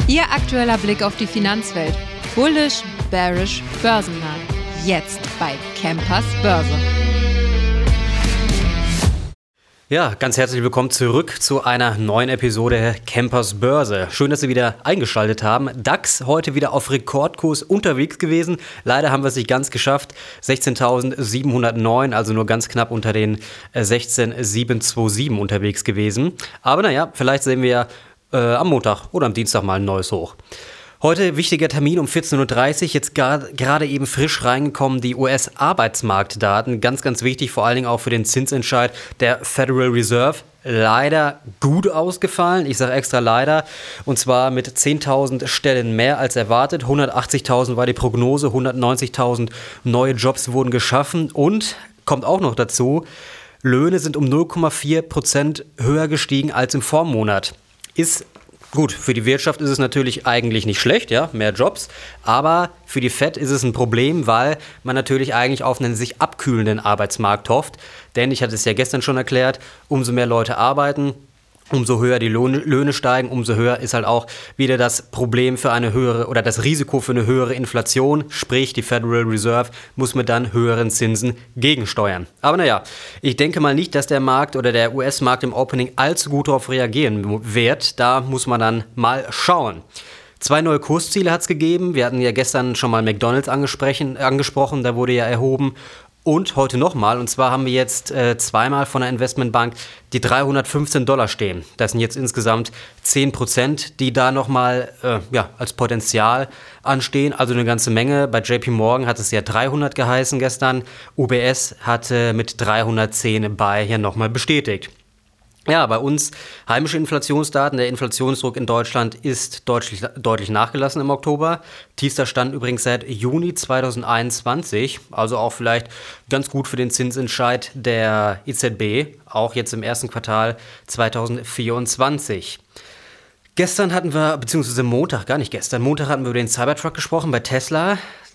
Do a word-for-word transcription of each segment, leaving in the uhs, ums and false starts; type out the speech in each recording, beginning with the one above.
Ihr aktueller Blick auf die Finanzwelt. Bullish, bearish, börsennah. Jetzt bei Campers Börse. Ja, ganz herzlich willkommen zurück zu einer neuen Episode Campers Börse. Schön, dass Sie wieder eingeschaltet haben. DAX heute wieder auf Rekordkurs unterwegs gewesen. Leider haben wir es nicht ganz geschafft. sechzehntausendsiebenhundertneun, also nur ganz knapp unter den sechzehntausendsiebendhundertsiebenundzwanzig unterwegs gewesen. Aber naja, vielleicht sehen wir ja äh, am Montag oder am Dienstag mal ein neues Hoch. Heute wichtiger Termin um vierzehn Uhr dreißig, jetzt gerade eben frisch reingekommen, die U S-Arbeitsmarktdaten. Ganz, ganz wichtig, vor allen Dingen auch für den Zinsentscheid der Federal Reserve. Leider gut ausgefallen, ich sage extra leider, und zwar mit zehntausend Stellen mehr als erwartet. hundertachtzigtausend war die Prognose, hundertneunzigtausend neue Jobs wurden geschaffen und, kommt auch noch dazu, Löhne sind um null Komma vier Prozent höher gestiegen als im Vormonat. Ist gut, für die Wirtschaft ist es natürlich eigentlich nicht schlecht, ja, mehr Jobs, aber für die Fed ist es ein Problem, weil man natürlich eigentlich auf einen sich abkühlenden Arbeitsmarkt hofft, denn ich hatte es ja gestern schon erklärt, umso mehr Leute arbeiten, umso höher die Lohne, Löhne steigen, umso höher ist halt auch wieder das Problem für eine höhere oder das Risiko für eine höhere Inflation, sprich die Federal Reserve muss mit dann höheren Zinsen gegensteuern. Aber naja, ich denke mal nicht, dass der Markt oder der U S-Markt im Opening allzu gut darauf reagieren wird. Da muss man dann mal schauen. Zwei neue Kursziele hat es gegeben. Wir hatten ja gestern schon mal McDonald's angesprochen, angesprochen, da wurde ja erhoben. Und heute nochmal, und zwar haben wir jetzt äh, zweimal von der Investmentbank die dreihundertfünfzehn Dollar stehen. Das sind jetzt insgesamt zehn Prozent, die da nochmal äh, ja, als Potenzial anstehen. Also eine ganze Menge. Bei J P Morgan hat es ja dreihundert geheißen gestern. U B S hatte mit dreihundertzehn bei hier nochmal bestätigt. Ja, bei uns heimische Inflationsdaten. Der Inflationsdruck in Deutschland ist deutlich, deutlich nachgelassen im Oktober. Tiefster Stand übrigens seit Juni zweitausendeinundzwanzig. Also auch vielleicht ganz gut für den Zinsentscheid der E Z B. Auch jetzt im ersten Quartal zweitausendvierundzwanzig. Gestern hatten wir, beziehungsweise Montag, gar nicht gestern, Montag hatten wir über den Cybertruck gesprochen bei Tesla.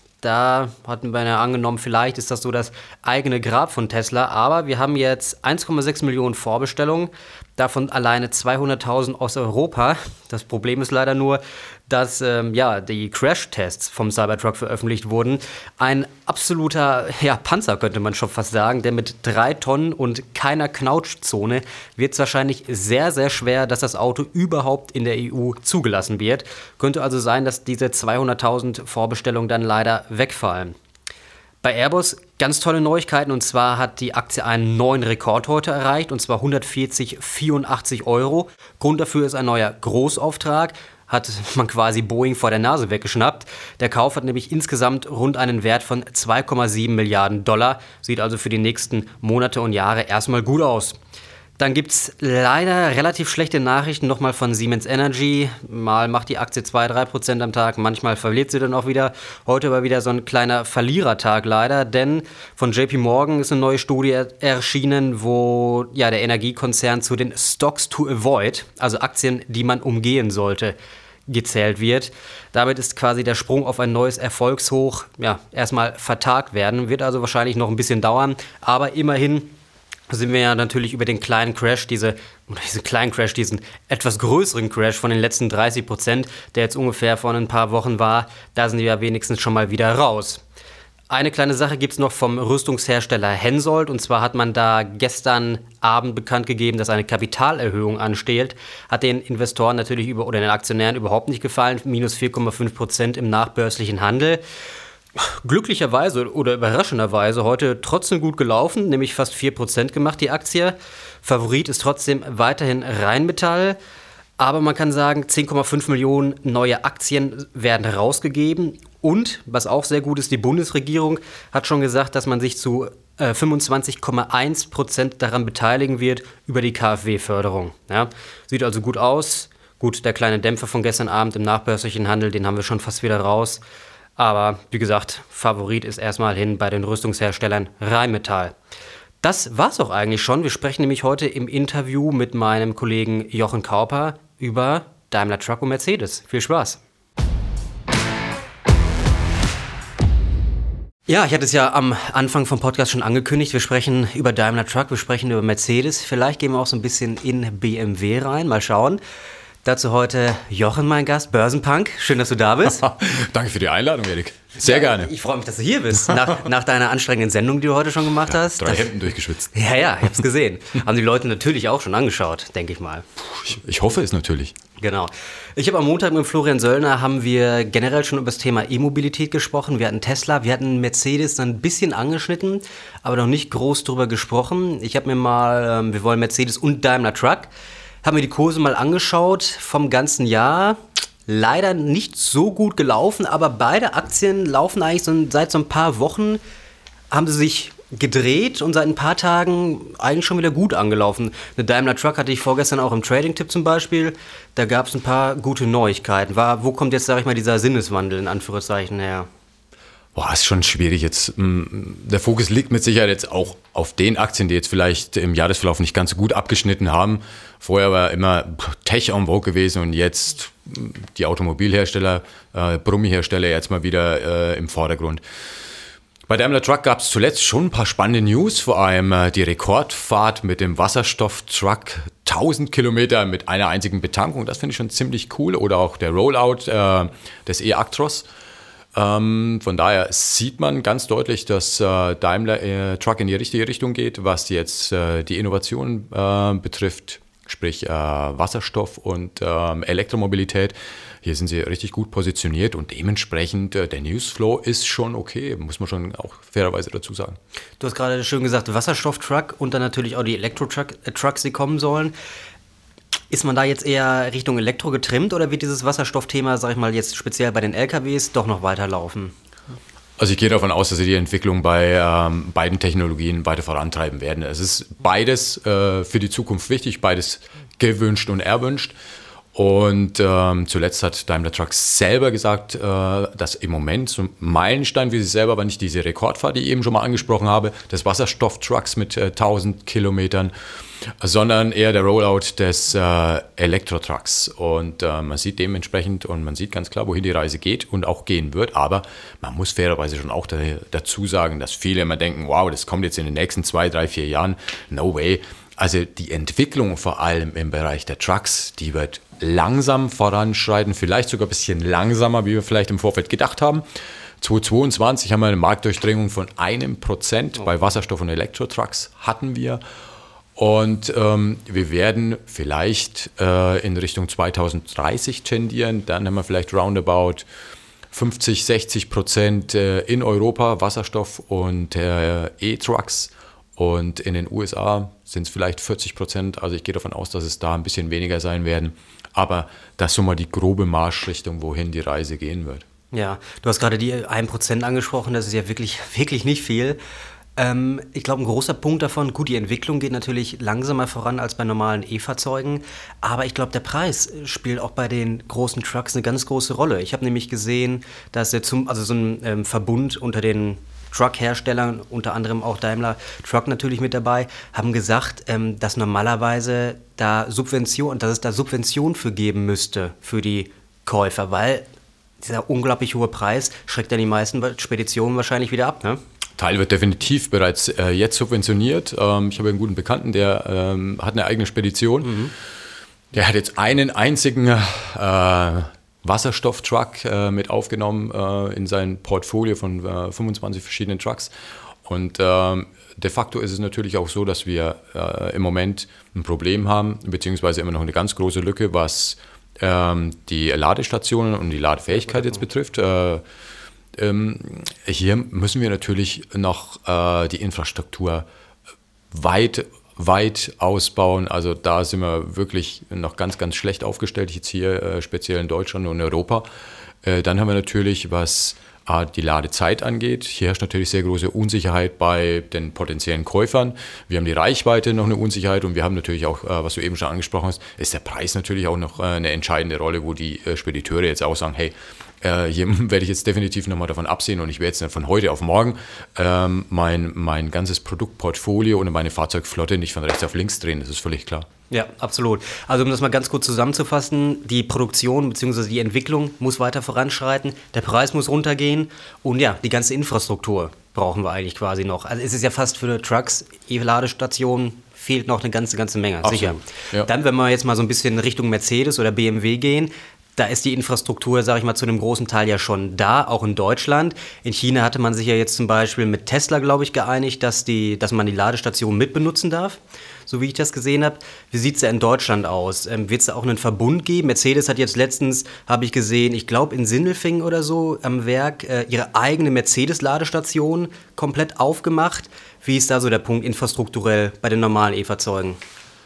Da hatten wir ja angenommen, vielleicht ist das so das eigene Grab von Tesla, aber wir haben jetzt eins Komma sechs Millionen Vorbestellungen, davon alleine zweihunderttausend aus Europa. Das Problem ist leider nur, dass ähm, ja, die Crash-Tests vom Cybertruck veröffentlicht wurden. Ein absoluter ja, Panzer, könnte man schon fast sagen, denn mit drei Tonnen und keiner Knautschzone wird es wahrscheinlich sehr, sehr schwer, dass das Auto überhaupt in der E U zugelassen wird. Könnte also sein, dass diese zweihunderttausend Vorbestellungen dann leider wegfallen. Bei Airbus ganz tolle Neuigkeiten, und zwar hat die Aktie einen neuen Rekord heute erreicht, und zwar hundertvierzig Komma vierundachtzig Euro. Grund dafür ist ein neuer Großauftrag, hat man quasi Boeing vor der Nase weggeschnappt. Der Kauf hat nämlich insgesamt rund einen Wert von zwei Komma sieben Milliarden Dollar, sieht also für die nächsten Monate und Jahre erstmal gut aus. Dann gibt es leider relativ schlechte Nachrichten nochmal von Siemens Energy. Mal macht die Aktie zwei bis drei Prozent am Tag, manchmal verliert sie dann auch wieder. Heute war wieder so ein kleiner Verlierertag leider, denn von J P Morgan ist eine neue Studie erschienen, wo ja, der Energiekonzern zu den Stocks to Avoid, also Aktien, die man umgehen sollte, gezählt wird. Damit ist quasi der Sprung auf ein neues Erfolgshoch ja, erstmal vertagt werden. Wird also wahrscheinlich noch ein bisschen dauern, aber immerhin sind wir ja natürlich über den kleinen Crash, diese, diesen kleinen Crash, diesen etwas größeren Crash von den letzten dreißig Prozent, der jetzt ungefähr vor ein paar Wochen war, da sind wir ja wenigstens schon mal wieder raus. Eine kleine Sache gibt es noch vom Rüstungshersteller Hensoldt, und zwar hat man da gestern Abend bekannt gegeben, dass eine Kapitalerhöhung ansteht. Hat den Investoren natürlich über, oder den Aktionären überhaupt nicht gefallen, minus vier Komma fünf Prozent im nachbörslichen Handel. Glücklicherweise oder überraschenderweise heute trotzdem gut gelaufen, nämlich fast vier Prozent gemacht die Aktie. Favorit ist trotzdem weiterhin Rheinmetall, aber man kann sagen, zehn Komma fünf Millionen neue Aktien werden rausgegeben. Und, was auch sehr gut ist, die Bundesregierung hat schon gesagt, dass man sich zu äh, fünfundzwanzig Komma eins Prozent daran beteiligen wird über die KfW-Förderung. Ja, sieht also gut aus. Gut, der kleine Dämpfer von gestern Abend im nachbörslichen Handel, den haben wir schon fast wieder raus. Aber wie gesagt, Favorit ist erstmal hin bei den Rüstungsherstellern Rheinmetall. Das war's auch eigentlich schon. Wir sprechen nämlich heute im Interview mit meinem Kollegen Jochen Kauper über Daimler Truck und Mercedes. Viel Spaß! Ja, ich hatte es ja am Anfang vom Podcast schon angekündigt. Wir sprechen über Daimler Truck, wir sprechen über Mercedes. Vielleicht gehen wir auch so ein bisschen in B M W rein. Mal schauen. Dazu heute Jochen, mein Gast, Börsenpunk. Schön, dass du da bist. Danke für die Einladung, Erik. Sehr ja, gerne. Ich freue mich, dass du hier bist. Nach, nach deiner anstrengenden Sendung, die du heute schon gemacht ja, hast. Drei das, Hemden durchgeschwitzt. Ja, ja, ich habe es gesehen. Haben die Leute natürlich auch schon angeschaut, denke ich mal. Ich, ich hoffe es natürlich. Genau. Ich habe am Montag mit Florian Söllner haben wir generell schon über das Thema E-Mobilität gesprochen. Wir hatten Tesla, wir hatten Mercedes dann ein bisschen angeschnitten, aber noch nicht groß drüber gesprochen. Ich habe mir mal, ähm, wir wollen Mercedes und Daimler Truck, haben mir die Kurse mal angeschaut vom ganzen Jahr. Leider nicht so gut gelaufen, aber beide Aktien laufen eigentlich so, seit so ein paar Wochen, haben sie sich gedreht und seit ein paar Tagen eigentlich schon wieder gut angelaufen. Eine Daimler Truck hatte ich vorgestern auch im Trading-Tipp zum Beispiel. Da gab es ein paar gute Neuigkeiten. War, wo kommt jetzt, sage ich mal, dieser Sinneswandel in Anführungszeichen her? Boah, ist schon schwierig jetzt. Der Fokus liegt mit Sicherheit jetzt auch auf den Aktien, die jetzt vielleicht im Jahresverlauf nicht ganz so gut abgeschnitten haben. Vorher war immer Tech en vogue gewesen und jetzt die Automobilhersteller, äh, Brummihersteller jetzt mal wieder äh, im Vordergrund. Bei Daimler Truck gab es zuletzt schon ein paar spannende News, vor allem äh, die Rekordfahrt mit dem Wasserstofftruck, tausend Kilometer mit einer einzigen Betankung, das finde ich schon ziemlich cool. Oder auch der Rollout äh, des e-Actros. Ähm, von daher sieht man ganz deutlich, dass äh, Daimler äh, Truck in die richtige Richtung geht, was jetzt äh, die Innovation äh, betrifft, sprich äh, Wasserstoff und äh, Elektromobilität. Hier sind sie richtig gut positioniert und dementsprechend äh, der Newsflow ist schon okay, muss man schon auch fairerweise dazu sagen. Du hast gerade schön gesagt, Wasserstofftruck und dann natürlich auch die Elektro-Trucks, die kommen sollen. Ist man da jetzt eher Richtung Elektro getrimmt oder wird dieses Wasserstoffthema, sag ich mal, jetzt speziell bei den L K Ws doch noch weiterlaufen? Also ich gehe davon aus, dass sie die Entwicklung bei ähm, beiden Technologien weiter vorantreiben werden. Es ist beides äh, für die Zukunft wichtig, beides gewünscht und erwünscht. Und ähm, zuletzt hat Daimler Truck selber gesagt, äh, dass im Moment so ein Meilenstein für sich selber war nicht diese Rekordfahrt, die ich eben schon mal angesprochen habe, des Wasserstofftrucks mit äh, tausend Kilometern, sondern eher der Rollout des äh, Elektro-Trucks. Und äh, man sieht dementsprechend und man sieht ganz klar, wohin die Reise geht und auch gehen wird. Aber man muss fairerweise schon auch da, dazu sagen, dass viele immer denken, wow, das kommt jetzt in den nächsten zwei, drei, vier Jahren. No way. Also die Entwicklung vor allem im Bereich der Trucks, die wird langsam voranschreiten, vielleicht sogar ein bisschen langsamer, wie wir vielleicht im Vorfeld gedacht haben. zweitausendzweiundzwanzig haben wir eine Marktdurchdringung von einem Prozent bei Wasserstoff- und Elektro-Trucks hatten wir. Und ähm, wir werden vielleicht äh, in Richtung zweitausenddreißig tendieren. Dann haben wir vielleicht roundabout fünfzig, sechzig Prozent äh, in Europa Wasserstoff- und äh, E-Trucks. Und in den U S A sind es vielleicht vierzig Prozent. Also ich gehe davon aus, dass es da ein bisschen weniger sein werden. Aber das ist so mal die grobe Marschrichtung, wohin die Reise gehen wird. Ja, du hast gerade die ein Prozent angesprochen. Das ist ja wirklich, wirklich nicht viel. Ähm, ich glaube, ein großer Punkt davon, gut, die Entwicklung geht natürlich langsamer voran als bei normalen E-Fahrzeugen, aber ich glaube, der Preis spielt auch bei den großen Trucks eine ganz große Rolle. Ich habe nämlich gesehen, dass jetzt zum, also so ein ähm, Verbund unter den Truck-Herstellern, unter anderem auch Daimler Truck natürlich mit dabei, haben gesagt, ähm, dass normalerweise da Subvention, dass es da Subvention für geben müsste für die Käufer, weil dieser unglaublich hohe Preis schreckt ja die meisten Speditionen wahrscheinlich wieder ab, ne? Teil wird definitiv bereits äh, jetzt subventioniert. Ähm, ich habe einen guten Bekannten, der ähm, hat eine eigene Spedition. Mhm. Der hat jetzt einen einzigen äh, Wasserstofftruck äh, mit aufgenommen äh, in sein Portfolio von äh, fünfundzwanzig verschiedenen Trucks. Und ähm, de facto ist es natürlich auch so, dass wir äh, im Moment ein Problem haben, beziehungsweise immer noch eine ganz große Lücke, was ähm, die Ladestationen und die Ladefähigkeit jetzt betrifft. Äh, ähm, hier müssen wir natürlich noch äh, die Infrastruktur weit weit ausbauen. Also da sind wir wirklich noch ganz, ganz schlecht aufgestellt, jetzt hier äh, speziell in Deutschland und Europa. Äh, dann haben wir natürlich, was äh, die Ladezeit angeht, hier herrscht natürlich sehr große Unsicherheit bei den potenziellen Käufern. Wir haben die Reichweite noch eine Unsicherheit und wir haben natürlich auch, äh, was du eben schon angesprochen hast, ist der Preis natürlich auch noch äh, eine entscheidende Rolle, wo die äh, Spediteure jetzt auch sagen, hey, Äh, hier werde ich jetzt definitiv nochmal davon absehen und ich werde jetzt nicht von heute auf morgen ähm, mein, mein ganzes Produktportfolio und meine Fahrzeugflotte nicht von rechts auf links drehen, das ist völlig klar. Ja, absolut. Also um das mal ganz kurz zusammenzufassen, die Produktion bzw. die Entwicklung muss weiter voranschreiten, der Preis muss runtergehen und ja, die ganze Infrastruktur brauchen wir eigentlich quasi noch. Also es ist ja fast für Trucks, E-Ladestationen fehlt noch eine ganze, ganze Menge, Absolut. sicher. Ja. Dann, wenn wir jetzt mal so ein bisschen Richtung Mercedes oder B M W gehen, da ist die Infrastruktur, sage ich mal, zu einem großen Teil ja schon da, auch in Deutschland. In China hatte man sich ja jetzt zum Beispiel mit Tesla, glaube ich, geeinigt, dass, die, dass man die Ladestation mitbenutzen darf, so wie ich das gesehen habe. Wie sieht es da in Deutschland aus? Ähm, wird es da auch einen Verbund geben? Mercedes hat jetzt letztens, habe ich gesehen, ich glaube in Sindelfingen oder so am Werk, äh, ihre eigene Mercedes-Ladestation komplett aufgemacht. Wie ist da so der Punkt infrastrukturell bei den normalen E-Fahrzeugen?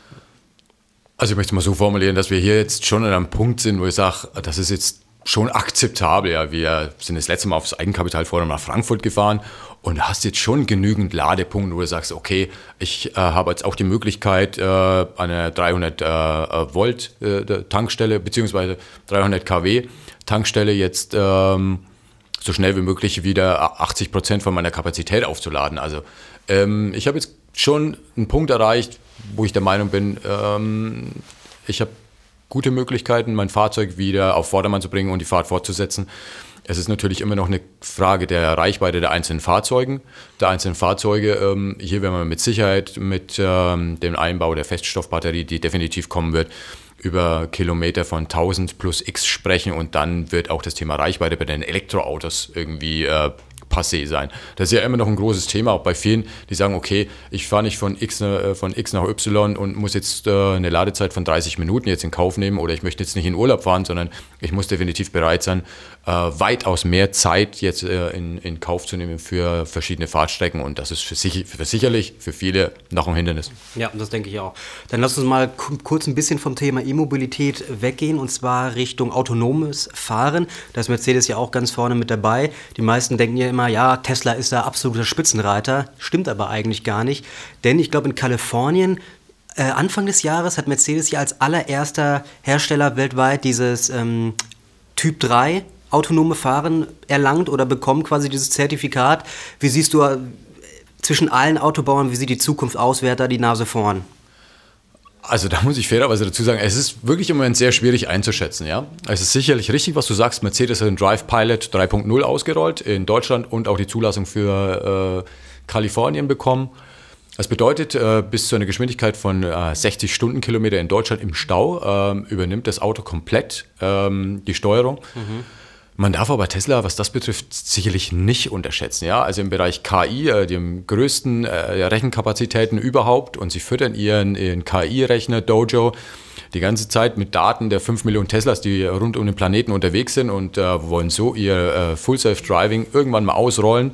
Also ich möchte mal so formulieren, dass wir hier jetzt schon an einem Punkt sind, wo ich sage, das ist jetzt schon akzeptabel. Ja, wir sind das letzte Mal aufs Eigenkapitalforum nach Frankfurt gefahren und hast jetzt schon genügend Ladepunkte, wo du sagst, okay, ich äh, habe jetzt auch die Möglichkeit, äh, eine dreihundert Volt äh, Tankstelle beziehungsweise dreihundert Kilowatt Tankstelle jetzt ähm, so schnell wie möglich wieder achtzig Prozent von meiner Kapazität aufzuladen. Also ähm, ich habe jetzt schon einen Punkt erreicht, wo ich der Meinung bin, ähm, ich habe gute Möglichkeiten, mein Fahrzeug wieder auf Vordermann zu bringen und die Fahrt fortzusetzen. Es ist natürlich immer noch eine Frage der Reichweite der einzelnen Fahrzeugen, der einzelnen Fahrzeuge. Ähm, hier werden wir mit Sicherheit mit ähm, dem Einbau der Feststoffbatterie, die definitiv kommen wird, über Kilometer von tausend plus X sprechen und dann wird auch das Thema Reichweite bei den Elektroautos irgendwie äh, passé sein. Das ist ja immer noch ein großes Thema, auch bei vielen, die sagen, okay, ich fahre nicht von X, äh, von X nach Y und muss jetzt äh, eine Ladezeit von dreißig Minuten jetzt in Kauf nehmen oder ich möchte jetzt nicht in Urlaub fahren, sondern ich muss definitiv bereit sein, äh, weitaus mehr Zeit jetzt äh, in, in Kauf zu nehmen für verschiedene Fahrtstrecken und das ist für, sich, für sicherlich für viele noch ein Hindernis. Ja, das denke ich auch. Dann lass uns mal k- kurz ein bisschen vom Thema E-Mobilität weggehen und zwar Richtung autonomes Fahren. Da ist Mercedes ja auch ganz vorne mit dabei. Die meisten denken ja immer, ja, Tesla ist da absoluter Spitzenreiter. Stimmt aber eigentlich gar nicht. Denn ich glaube, in Kalifornien, äh, Anfang des Jahres, hat Mercedes ja als allererster Hersteller weltweit dieses ähm, Typ drei autonome Fahren erlangt oder bekommen quasi dieses Zertifikat. Wie siehst du äh, zwischen allen Autobauern, wie sieht die Zukunft aus? Wer hat da die Nase vorn? Also da muss ich fairerweise dazu sagen, es ist wirklich im Moment sehr schwierig einzuschätzen. Ja? Es ist sicherlich richtig, was du sagst, Mercedes hat den Drive Pilot drei Punkt null ausgerollt in Deutschland und auch die Zulassung für äh, Kalifornien bekommen. Das bedeutet, äh, bis zu einer Geschwindigkeit von äh, sechzig Stundenkilometer in Deutschland im Stau äh, übernimmt das Auto komplett ähm, die Steuerung. Mhm. Man darf aber Tesla, was das betrifft, sicherlich nicht unterschätzen. Ja? Also im Bereich K I, äh, die größten äh, Rechenkapazitäten überhaupt und sie füttern ihren, ihren K I-Rechner Dojo die ganze Zeit mit Daten der fünf Millionen Teslas, die rund um den Planeten unterwegs sind und äh, wollen so ihr äh, Full-Self-Driving irgendwann mal ausrollen.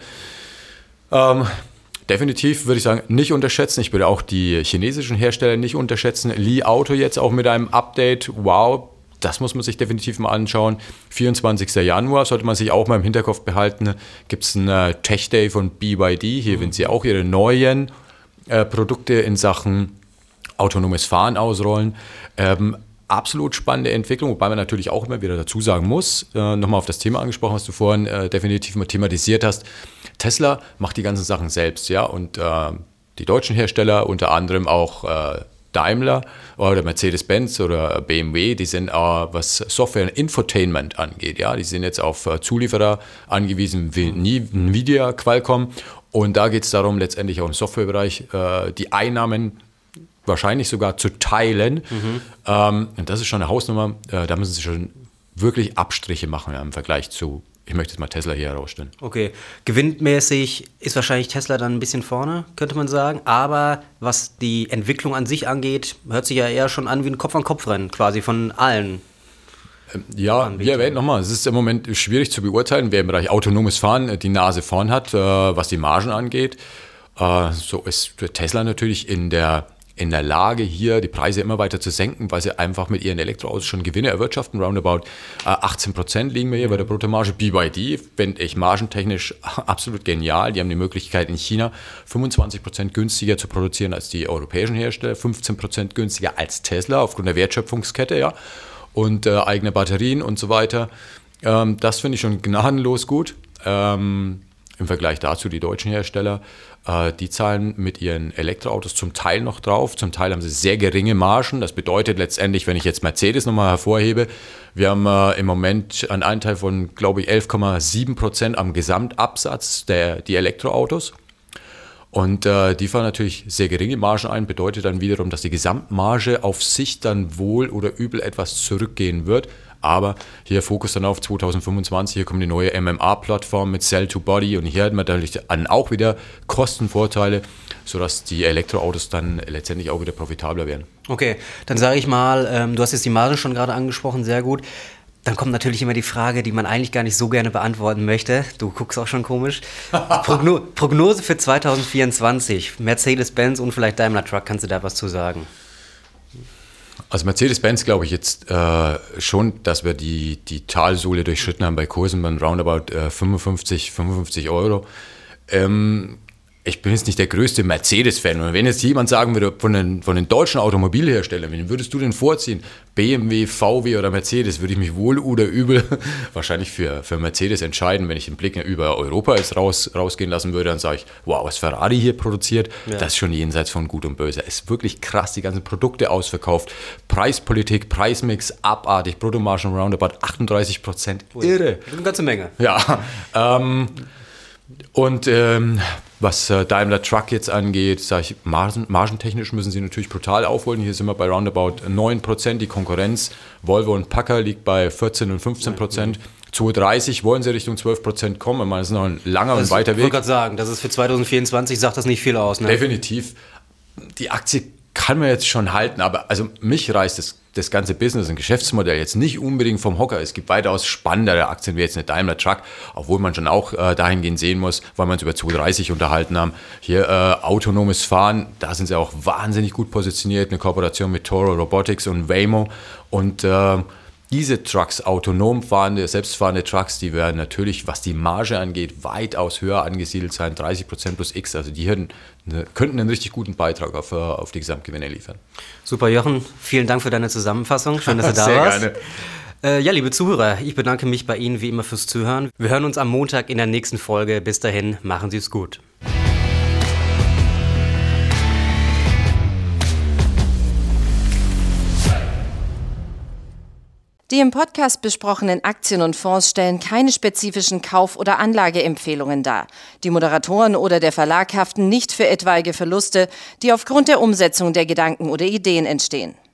Ähm, definitiv würde ich sagen, nicht unterschätzen. Ich würde auch die chinesischen Hersteller nicht unterschätzen. Li Auto jetzt auch mit einem Update. Wow. Das muss man sich definitiv mal anschauen. vierundzwanzigster Januar sollte man sich auch mal im Hinterkopf behalten. Gibt es einen äh, Tech Day von B Y D. Hier mhm. werden sie auch ihre neuen äh, Produkte in Sachen autonomes Fahren ausrollen. Ähm, absolut spannende Entwicklung, wobei man natürlich auch immer wieder dazu sagen muss, äh, nochmal auf das Thema angesprochen, was du vorhin äh, definitiv mal thematisiert hast. Tesla macht die ganzen Sachen selbst, ja, und äh, die deutschen Hersteller, unter anderem auch äh, Daimler oder Mercedes-Benz oder B M W, die sind, äh, was Software und Infotainment angeht, ja, die sind jetzt auf äh, Zulieferer angewiesen, wie Nvidia, Qualcomm. Und da geht es darum, letztendlich auch im Softwarebereich äh, die Einnahmen wahrscheinlich sogar zu teilen. Mhm. Ähm, und das ist schon eine Hausnummer, äh, da müssen sie schon wirklich Abstriche machen ja, im Vergleich zu, ich möchte jetzt mal Tesla hier herausstellen. Okay, gewinnmäßig ist wahrscheinlich Tesla dann ein bisschen vorne, könnte man sagen. Aber was die Entwicklung an sich angeht, hört sich ja eher schon an wie ein Kopf-an-Kopf-Rennen quasi von allen. Ähm, ja, wie erwähnt nochmal, es ist im Moment schwierig zu beurteilen, wer im Bereich autonomes Fahren die Nase vorn hat, äh, was die Margen angeht. Äh, so ist Tesla natürlich in der in der Lage, hier die Preise immer weiter zu senken, weil sie einfach mit ihren Elektroautos schon Gewinne erwirtschaften. Roundabout äh, achtzehn Prozent liegen wir hier bei der Bruttomarge. B Y D finde ich margentechnisch absolut genial. Die haben die Möglichkeit, in China fünfundzwanzig Prozent günstiger zu produzieren als die europäischen Hersteller, fünfzehn Prozent günstiger als Tesla aufgrund der Wertschöpfungskette, ja, und äh, eigene Batterien und so weiter. Ähm, das finde ich schon gnadenlos gut. Ähm, Im Vergleich dazu die deutschen Hersteller, äh, die zahlen mit ihren Elektroautos zum Teil noch drauf, zum Teil haben sie sehr geringe Margen. Das bedeutet letztendlich, wenn ich jetzt Mercedes nochmal hervorhebe, wir haben äh, im Moment einen Anteil von, glaube ich, elf Komma sieben Prozent am Gesamtabsatz der die Elektroautos. Und äh, die fahren natürlich sehr geringe Margen ein, bedeutet dann wiederum, dass die Gesamtmarge auf sich dann wohl oder übel etwas zurückgehen wird. Aber hier Fokus dann auf zwanzig fünfundzwanzig, hier kommt die neue M M A-Plattform mit Cell-to-Body und hier hat man natürlich dann auch wieder Kostenvorteile, sodass die Elektroautos dann letztendlich auch wieder profitabler werden. Okay, dann sage ich mal, ähm, du hast jetzt die Marge schon gerade angesprochen, sehr gut. Dann kommt natürlich immer die Frage, die man eigentlich gar nicht so gerne beantworten möchte. Du guckst auch schon komisch. Progno- Prognose für zwanzig vierundzwanzig. Mercedes-Benz und vielleicht Daimler Truck. Kannst du da was zu sagen? Also Mercedes-Benz glaube ich jetzt äh, schon, dass wir die, die Talsohle durchschritten haben bei Kursen bei roundabout äh, fünfundfünfzig, fünfundfünfzig Euro. Ähm, Ich bin jetzt nicht der größte Mercedes-Fan. Und wenn jetzt jemand sagen würde, von den, von den deutschen Automobilherstellern, wen würdest du denn vorziehen? B M W, V W oder Mercedes? Würde ich mich wohl oder übel wahrscheinlich für, für Mercedes entscheiden. Wenn ich den Blick über Europa jetzt raus, rausgehen lassen würde, dann sage ich, wow, was Ferrari hier produziert, ja. Das ist schon jenseits von Gut und Böse. Es ist wirklich krass, die ganzen Produkte ausverkauft. Preispolitik, Preismix, abartig. Bruttomargen roundabout achtunddreißig Prozent. Irre. Eine ganze Menge. Ja, ähm... Und ähm, was äh, Daimler Truck jetzt angeht, sage ich, margen, margentechnisch müssen sie natürlich brutal aufholen. Hier sind wir bei roundabout neun Prozent. Die Konkurrenz Volvo und Packer liegt bei vierzehn und fünfzehn Prozent. zwanzig dreißig wollen sie Richtung zwölf Prozent kommen. Ich meine, das ist noch ein langer das und weiter Weg. Ich wollte gerade sagen, das ist für zwanzig vierundzwanzig, sagt das nicht viel aus. Ne? Definitiv. Die Aktie kann man jetzt schon halten, aber also mich reißt das, das ganze Business und Geschäftsmodell jetzt nicht unbedingt vom Hocker. Es gibt weitaus spannendere Aktien wie jetzt eine Daimler Truck, obwohl man schon auch äh, dahingehend sehen muss, weil wir uns über zwanzig dreißig unterhalten haben. Hier äh, autonomes Fahren, da sind sie auch wahnsinnig gut positioniert, eine Kooperation mit Toro Robotics und Waymo und äh, diese Trucks, autonom fahrende, selbstfahrende Trucks, die werden natürlich, was die Marge angeht, weitaus höher angesiedelt sein, dreißig Prozent plus X. Also die hätten, ne, könnten einen richtig guten Beitrag auf, auf die Gesamtgewinne liefern. Super, Jochen. Vielen Dank für deine Zusammenfassung. Schön, dass du da Sehr warst. Gerne. Äh, ja, liebe Zuhörer, ich bedanke mich bei Ihnen wie immer fürs Zuhören. Wir hören uns am Montag in der nächsten Folge. Bis dahin, machen Sie es gut. Die im Podcast besprochenen Aktien und Fonds stellen keine spezifischen Kauf- oder Anlageempfehlungen dar. Die Moderatoren oder der Verlag haften nicht für etwaige Verluste, die aufgrund der Umsetzung der Gedanken oder Ideen entstehen.